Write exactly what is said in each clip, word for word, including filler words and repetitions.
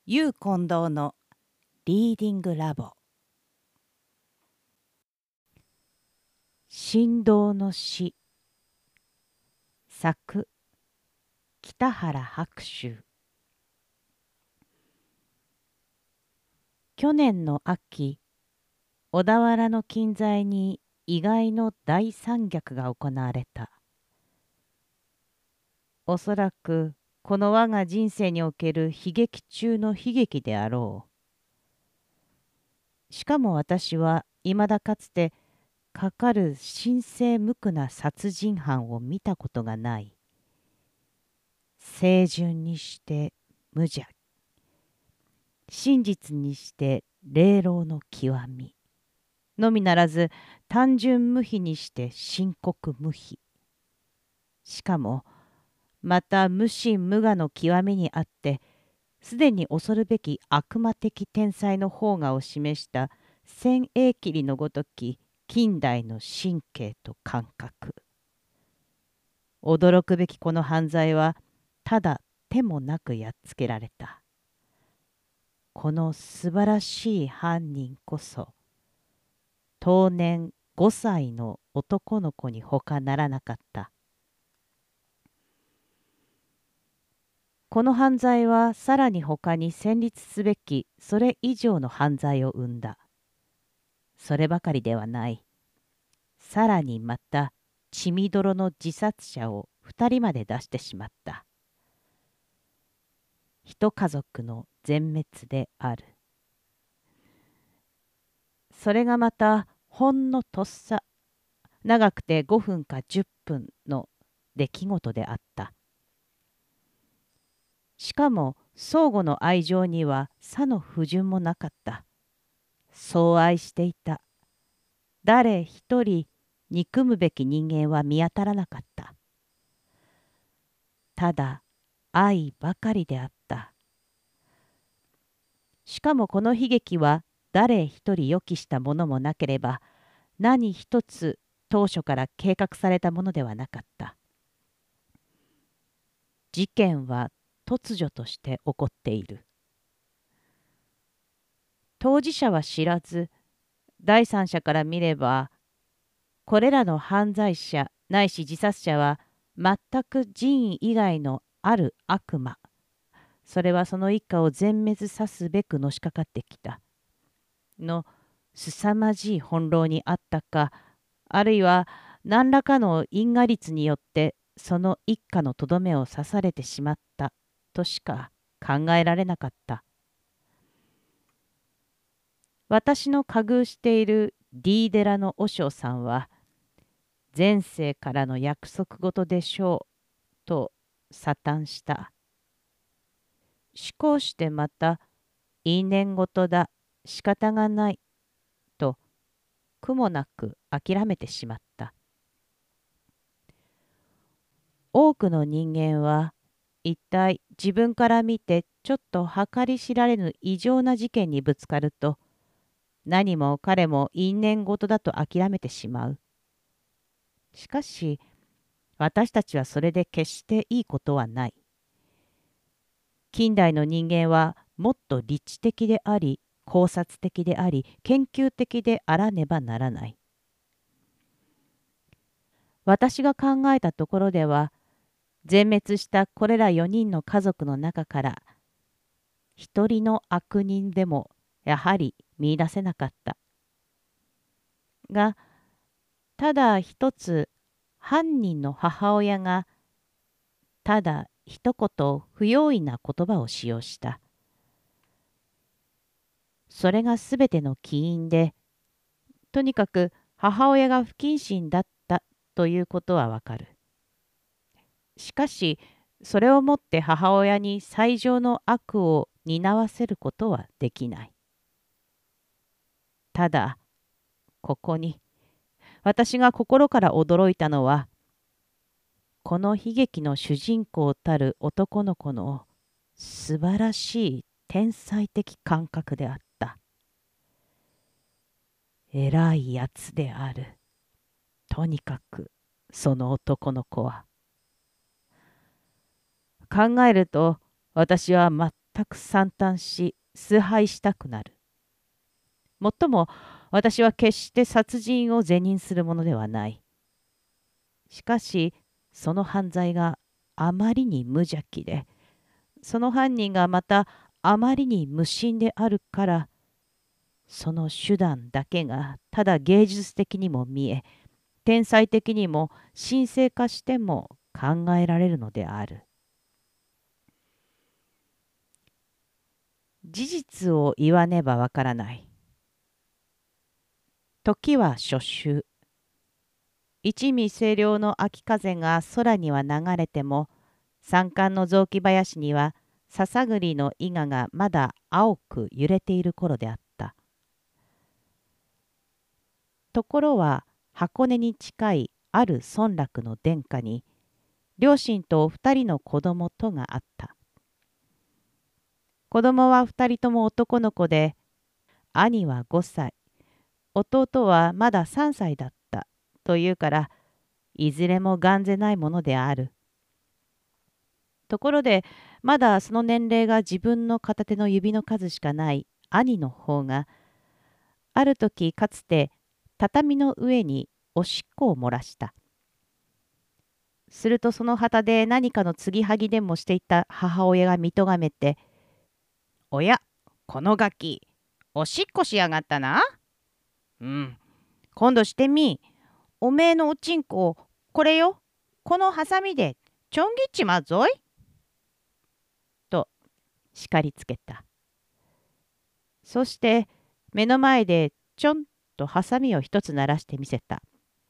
ユー近藤のリーディングラボ。振動の詩、作北原白秋。去年の秋、小田原の近在に意外の大山虐が行われた。おそらくこの我が人生における悲劇中の悲劇であろう。しかも私はいまだかつてかかる神聖無垢な殺人犯を見たことがない。清純にして無邪、真実にして霊老の極みのみならず、単純無比にして深刻無比、しかもまた無心無我の極みにあって、すでに恐るべき悪魔的天才の方がを示した千栄霧のごとき近代の神経と感覚。驚くべきこの犯罪はただ手もなくやっつけられた。この素晴らしい犯人こそ当年ごさいの男の子に他ならなかった。この犯罪はさらに他に戦慄すべきそれ以上の犯罪を生んだ。そればかりではない。さらにまた血みどろの自殺者を二人まで出してしまった。一家族の全滅である。それがまたほんのとっさ、長くてごふんかじゅっぷんの出来事であった。しかも相互の愛情には差の不純もなかった。そう愛していた。誰一人憎むべき人間は見当たらなかった。ただ愛ばかりであった。しかもこの悲劇は誰一人予期したものもなければ、何一つ当初から計画されたものではなかった。事件は突如として起こっている。当事者は知らず、第三者から見れば、これらの犯罪者ないし自殺者は全く人為以外のある悪魔、それはその一家を全滅さすべくのしかかってきたの凄まじい翻弄にあったか、あるいは何らかの因果律によってその一家のとどめを刺されてしまったとしか考えられなかった。私の加遇している D 寺の和尚さんは、前世からの約束事でしょうと査嘆した。思考してまた因縁事だ、仕方がないと苦もなく諦めてしまった。多くの人間は一体自分から見てちょっと計り知られぬ異常な事件にぶつかると、何も彼も因縁事だと諦めてしまう。しかし私たちはそれで決していいことはない。近代の人間はもっと理知的であり、考察的であり、研究的であらねばならない。私が考えたところでは、全滅したこれらよにんの家族の中から一人の悪人でもやはり見出せなかった。が、ただ一つ犯人の母親がただ一言不用意な言葉を使用した。それがすべての起因で、とにかく母親が不謹慎だったということはわかる。しかし、それをもって母親に最上の悪を担わせることはできない。ただ、ここに、私が心から驚いたのは、この悲劇の主人公たる男の子の素晴らしい天才的感覚であった。偉いやつである。とにかく、その男の子は。考えると、私は全全く惨憺し崇拝したくなる。もっとも私は決して殺人を是認するものではない。しかしその犯罪があまりに無邪気で、その犯人がまたあまりに無心であるから、その手段だけがただ芸術的にも見え、天才的にも神聖化しても考えられるのである。事実を言わねばわからない。時は初秋。一味清涼の秋風が空には流れても、山間の雑木林には笹栗の伊賀がまだ青く揺れている頃であった。ところは箱根に近いある村落の殿下に、両親と二人の子供とがあった。子供は二人とも男の子で、兄は五歳、弟はまだ三歳だったというから、いずれも頑ぜないものである。ところで、まだその年齢が自分の片手の指の数しかない兄の方が、ある時かつて畳の上におしっこを漏らした。するとその旗で何かの継ぎはぎでもしていた母親が見とがめて、おや、このガキ、おしっこしやがったな。うん、今度してみ。おめえのおちんこ、これよ。このハサミでちょんぎっちまうぞい。と叱りつけた。そして目の前でちょんとハサミを一つ鳴らしてみせた。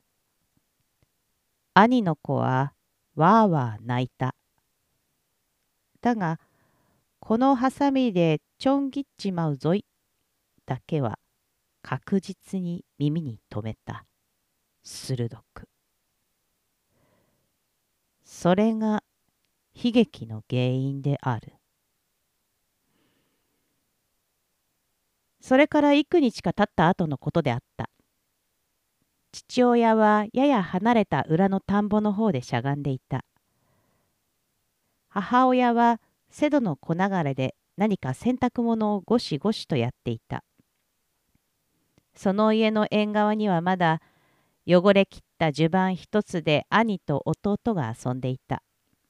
兄の子はわーわー泣いた。だが、このハサミでちょんぎっちまうぞいだけは確実に耳に留めた。鋭く。それが悲劇の原因である。それから幾日か経った後のことであった。父親はやや離れた裏の田んぼの方でしゃがんでいた。母親は瀬戸の小流れで何か洗濯物をゴシゴシとやっていた。その家の縁側にはまだ汚れきった襦袢一つで兄と弟が遊んでいた。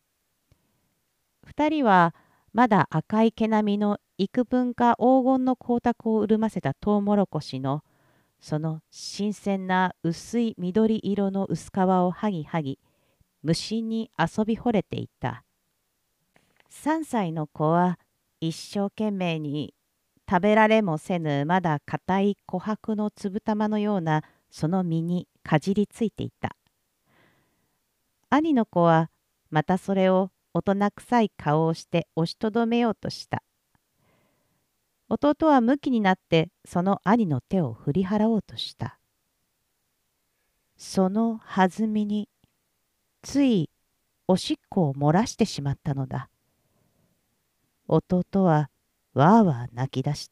二人はまだ赤い毛並みの幾分か黄金の光沢を潤ませたトウモロコシのその新鮮な薄い緑色の薄皮をはぎはぎ無心に遊びほれていた。三歳の子は一生懸命に食べられもせぬまだ硬い琥珀の粒玉のようなその実にかじりついていた。兄の子はまたそれを大人臭い顔をして押しとどめようとした。弟はムキになってその兄の手を振り払おうとした。その弾みについおしっこを漏らしてしまったのだ。弟はわーわー泣き出した。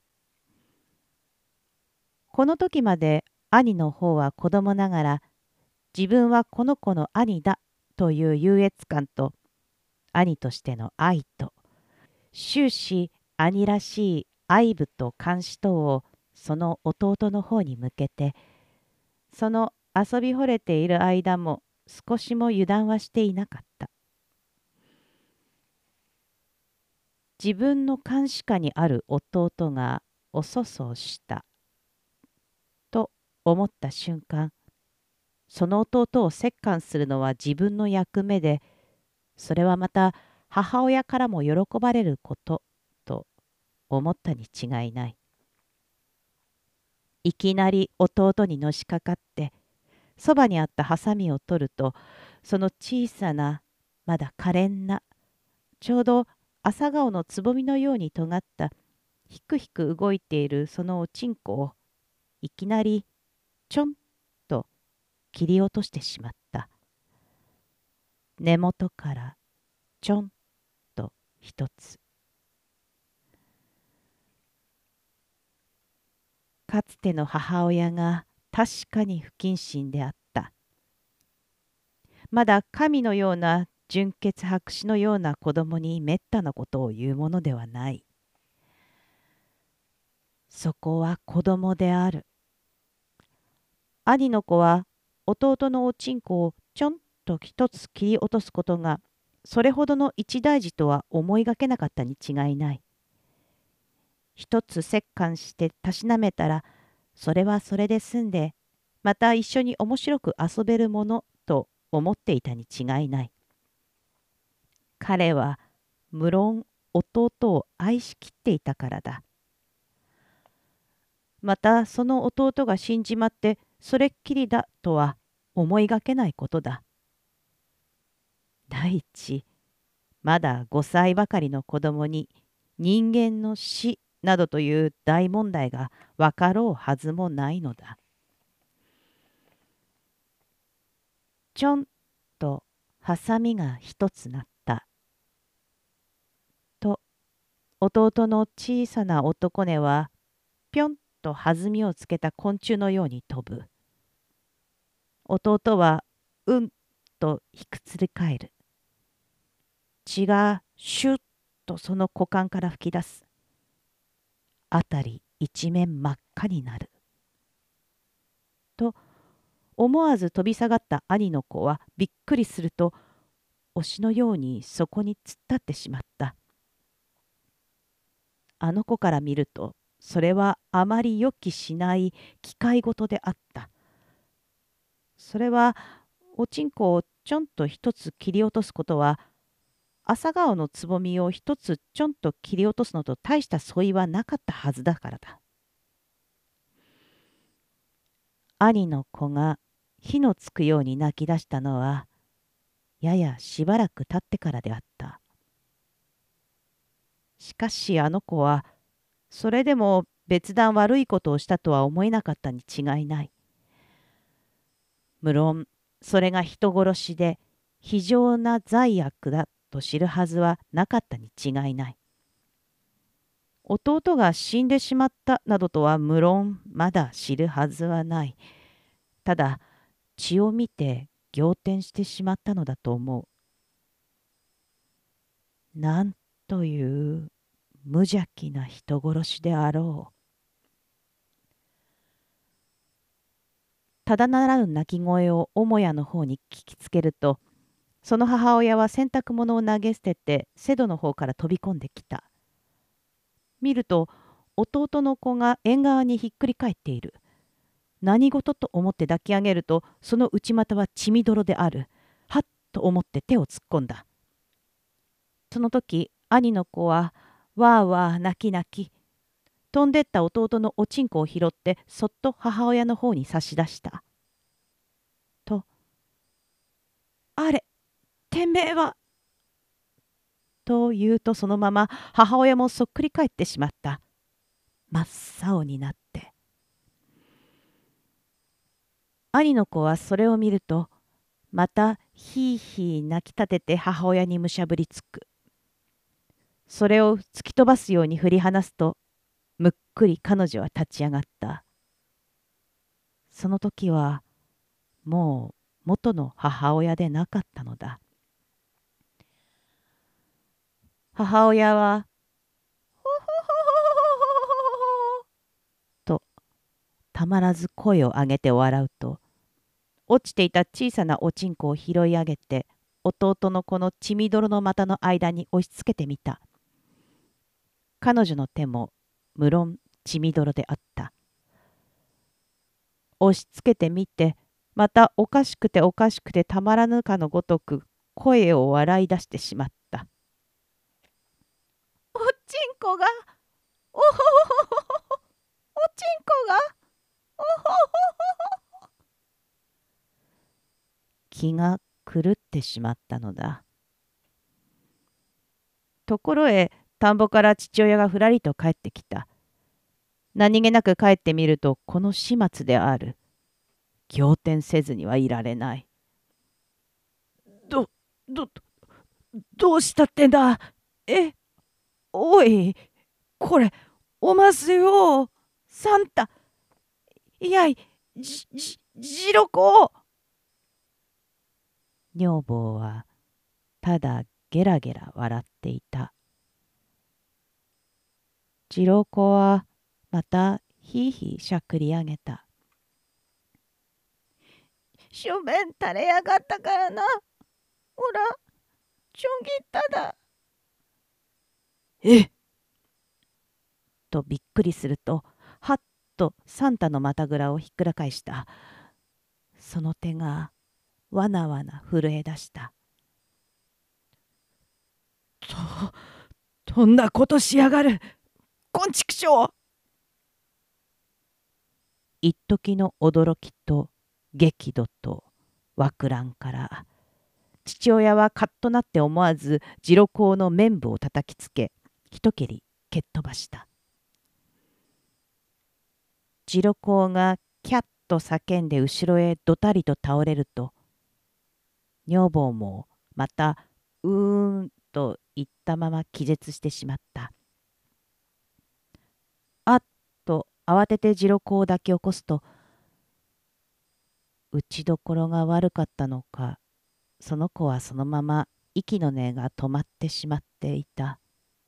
この時まで兄の方は子供ながら自分はこの子の兄だという優越感と兄としての愛と終始兄らしい愛撫と監視等をその弟の方に向けて、その遊びほれている間も少しも油断はしていなかった。自分の監視下にある弟がおそそをしたと思った瞬間、その弟を折檻するのは自分の役目で、それはまた母親からも喜ばれることと思ったに違いない。いきなり弟にのしかかってそばにあったハサミを取ると、その小さなまだ可憐なちょうど朝顔のつぼみのように尖ったひくひく動いているそのおちんこをいきなりちょんと切り落としてしまった。根元からちょんと一つ。かつての母親が確かに不謹慎であった。まだ神のような純潔白紙のような子供にめったなことを言うものではない。そこは子供である。兄の子は弟のおちんこをちょんと一つ切り落とすことがそれほどの一大事とは思いがけなかったに違いない。一つ折檻してたしなめたらそれはそれで済んでまた一緒に面白く遊べるものと思っていたに違いない。彼は無論弟を愛しきっていたからだ。またその弟が死んじまってそれっきりだとは思いがけないことだ。第一、まだごさいばかりの子供に人間の死などという大問題がわかろうはずもないのだ。ちょんとハサミが一つなった。と弟の小さな男根はぴょんと弾みをつけた昆虫のように飛ぶ。弟はうんとひくつり返る。血がシュッとその股間から吹き出す。あたり一面真っ赤になる。と思わず飛び下がった兄の子はびっくりすると推しのようにそこに突っ立ってしまった。あの子から見るとそれはあまり予期しない機械事であった。それはおちんこをちょんと一つ切り落とすことは朝顔のつぼみを一つちょんと切り落とすのと大した相違はなかったはずだからだ。兄の子が火のつくように泣き出したのはややしばらく経ってからであった。しかしあの子はそれでも別段悪いことをしたとは思えなかったに違いない。無論それが人殺しで非常な罪悪だと知るはずはなかったに違いない。弟が死んでしまったなどとは無論まだ知るはずはない。ただ血を見て仰天してしまったのだと思う。なんという無邪気な人殺しであろう。ただならぬ泣き声を母屋の方に聞きつけると、その母親は洗濯物を投げ捨てて瀬戸の方から飛び込んできた。見ると弟の子が縁側にひっくり返っている。何事と思って抱き上げるとその内股は血みどろである。はっと思って手を突っ込んだ。その時兄の子はわーわー泣き泣き飛んでった弟のおちんこを拾ってそっと母親の方に差し出した。と「あれてめえは」と言うとそのまま母親もそっくり返ってしまった。真っ青になって。兄の子はそれを見るとまたひいひい泣き立てて母親にむしゃぶりつく。それを突き飛ばすように振り離すとむっくり彼女は立ち上がった。その時はもう元の母親でなかったのだ。母親は「ほほほほほほほ」とたまらず声を上げて笑うと落ちていた小さなおちんこを拾い上げて弟のこの血みどろの股の間に押しつけてみた。彼女の手も無論血みどろであった。押しつけてみてまたおかしくておかしくてたまらぬかのごとく声を笑い出してしまった。おちんこがおほほほほほおちんこがおほほほほ。気が狂ってしまったのだ。ところへ田んぼから父親がふらりと帰ってきた。何気なく帰ってみるとこの始末である。仰天せずにはいられない。ど、ど、どうしたってんだ。え、おい、これ、おますよ。サンタ。いやい、じ、じ、じろこ。女房はただゲラゲラ笑っていた。次郎子はまたひいひいしゃくり上げた。 書面垂れやがったからな。ほら、ちょんぎっただ。 えとびっくりすると、はっとサンタの股ぐらをひっくら返した。その手がわなわな震え出した。と、とんなことしやがる。こんちくしょう。一時の驚きと激怒とわくらんから、父親はカッとなって思わず次郎公の面部を叩きつけ、一蹴り蹴っ飛ばした。次郎公がキャッと叫んで後ろへどたりと倒れると、女房もまたうーんと言ったまま気絶してしまった。あっと慌てて次郎公を抱き起こすと、打ちどころが悪かったのか、その子はそのまま息の根が止まってしまっていた。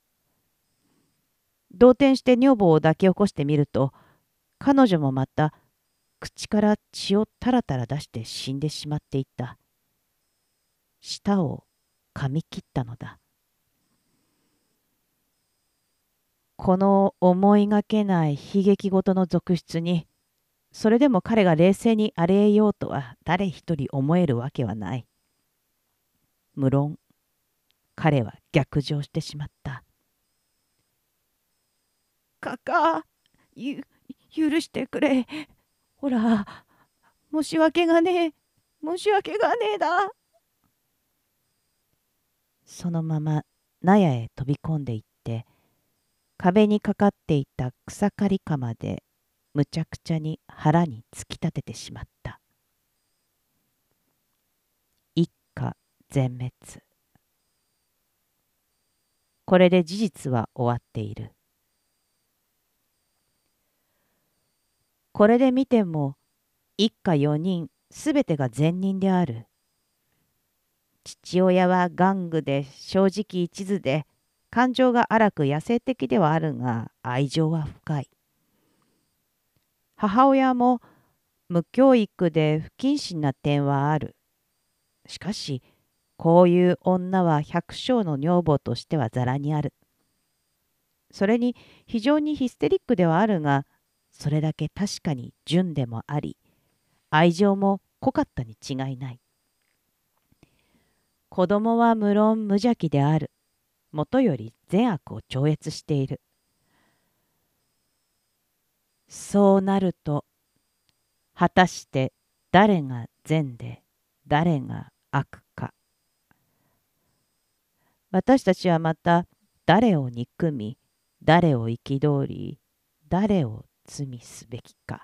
動転して女房を抱き起こしてみると、彼女もまた口から血をたらたら出して死んでしまっていた。舌を噛み切ったのだ。この思いがけない悲劇ごとの続出に、それでも彼が冷静にあれようとは誰一人思えるわけはない。無論、彼は逆上してしまった。 かか、ゆ、許してくれ。ほら、申し訳がねえ。申し訳がねえだ。 そのまま納屋へ飛び込んでいって、壁にかかっていた草刈り鎌でむちゃくちゃに腹に突き立ててしまった。一家全滅。これで事実は終わっている。これで見ても一家四人すべてが善人である。父親は玩具で正直一途で、感情が荒く野生的ではあるが愛情は深い。母親も無教育で不謹慎な点はある。しかしこういう女は百姓の女房としてはざらにある。それに非常にヒステリックではあるが、それだけ確かに純でもあり、愛情も濃かったに違いない。子供は無論無邪気である。もとより善悪を超越している。そうなると、果たして誰が善で誰が悪か。私たちはまた誰を憎み、誰を憤り、誰を罪すべきか。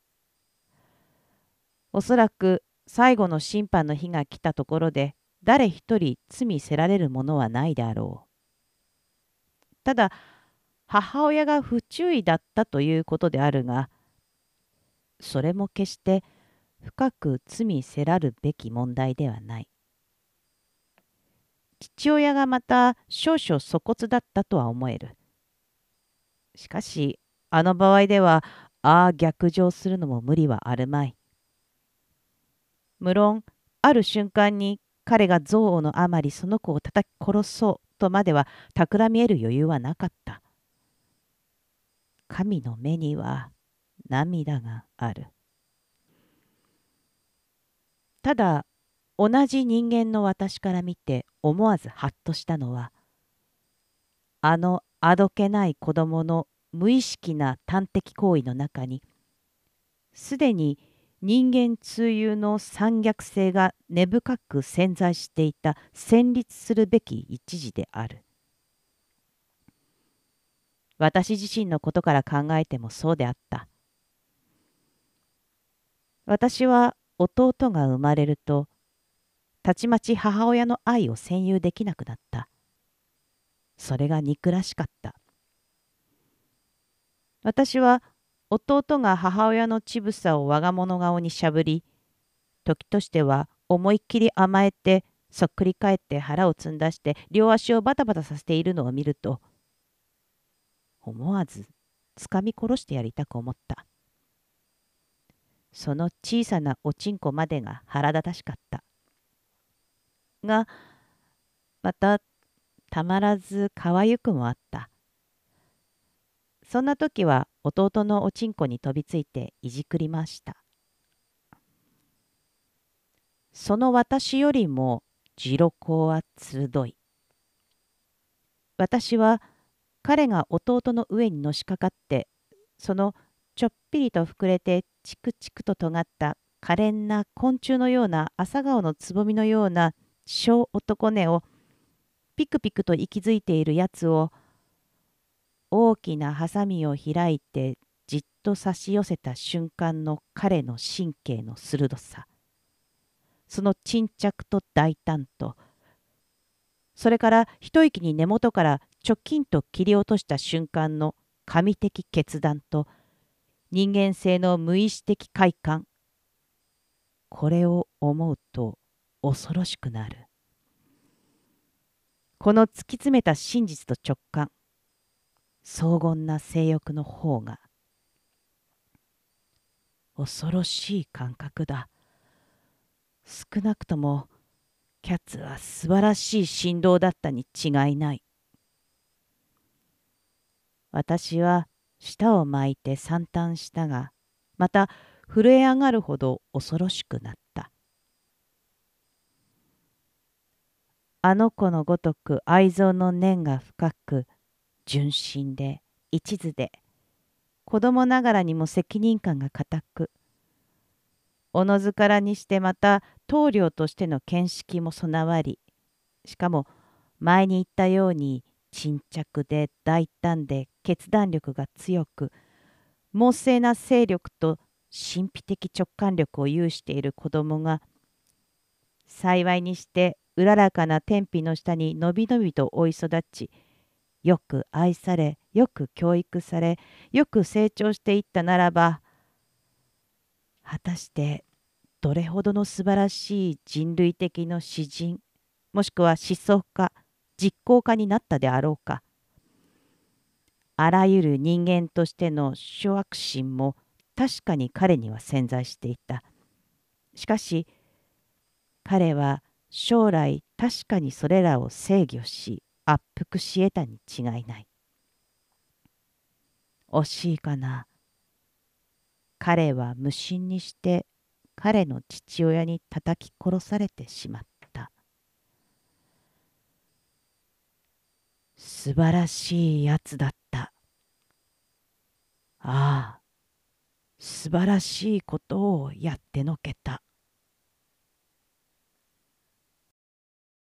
おそらく最後の審判の日が来たところで、誰一人罪せられるものはないであろう。ただ、母親が不注意だったということであるが、それも決して深く罪せらるべき問題ではない。父親がまた少々粗忽だったとは思える。しかし、あの場合では、ああ逆上するのも無理はあるまい。無論、ある瞬間に彼が憎悪のあまりその子を叩き殺そうとまでは企み得る余裕はなかった。神の目には涙がある。ただ、同じ人間の私から見て思わずハッとしたのは、あのあどけない子供の無意識な端的行為の中に、すでに人間通有の残虐性が根深く潜在していた戦慄するべき一時である。私自身のことから考えてもそうであった。私は弟が生まれると、たちまち母親の愛を占有できなくなった。それが憎らしかった。私は弟が母親の乳房を我が物顔にしゃぶり、時としては思いっきり甘えてそっくり返って腹をつんだして両足をバタバタさせているのを見ると、思わずつかみ殺してやりたく思った。その小さなおちんこまでが腹立たしかった。が、またたまらずかわゆくもあった。そんな時は弟のおちんこに飛びついていじくりました。その私よりも次郎光は鋭い。私は彼が弟の上にのしかかって、そのちょっぴりと膨れてチクチクと尖った可憐な昆虫のような朝顔のつぼみのような小男根をピクピクと息づいているやつを大きなハサミを開いてじっと差し寄せた瞬間の彼の神経の鋭さ、その沈着と大胆と、それから一息に根元からちょきんと切り落とした瞬間の神的決断と人間性の無意識的快感、これを思うと恐ろしくなる。この突き詰めた真実と直感、荘厳な性欲の方が恐ろしい感覚だ。少なくともキャッツは素晴らしい振動だったに違いない。私は舌を巻いて惨憺したが、また震え上がるほど恐ろしくなった。あの子のごとく愛憎の念が深く、純真で一途で、子供ながらにも責任感が固く、おのずからにしてまた棟梁としての見識も備わり、しかも前に言ったように沈着で大胆で決断力が強く、猛盛な勢力と神秘的直感力を有している子供が、幸いにしてうららかな天日の下にのびのびと生い育ち、よく愛され、よく教育され、よく成長していったならば、果たしてどれほどの素晴らしい人類的の詩人、もしくは思想家、実行家になったであろうか。あらゆる人間としての諸悪心も確かに彼には潜在していた。しかし彼は将来確かにそれらを制御し圧服し得たに違いない。惜しいかな。彼は無心にして彼の父親に叩き殺されてしまった。素晴らしいやつだった。ああ、素晴らしいことをやってのけた。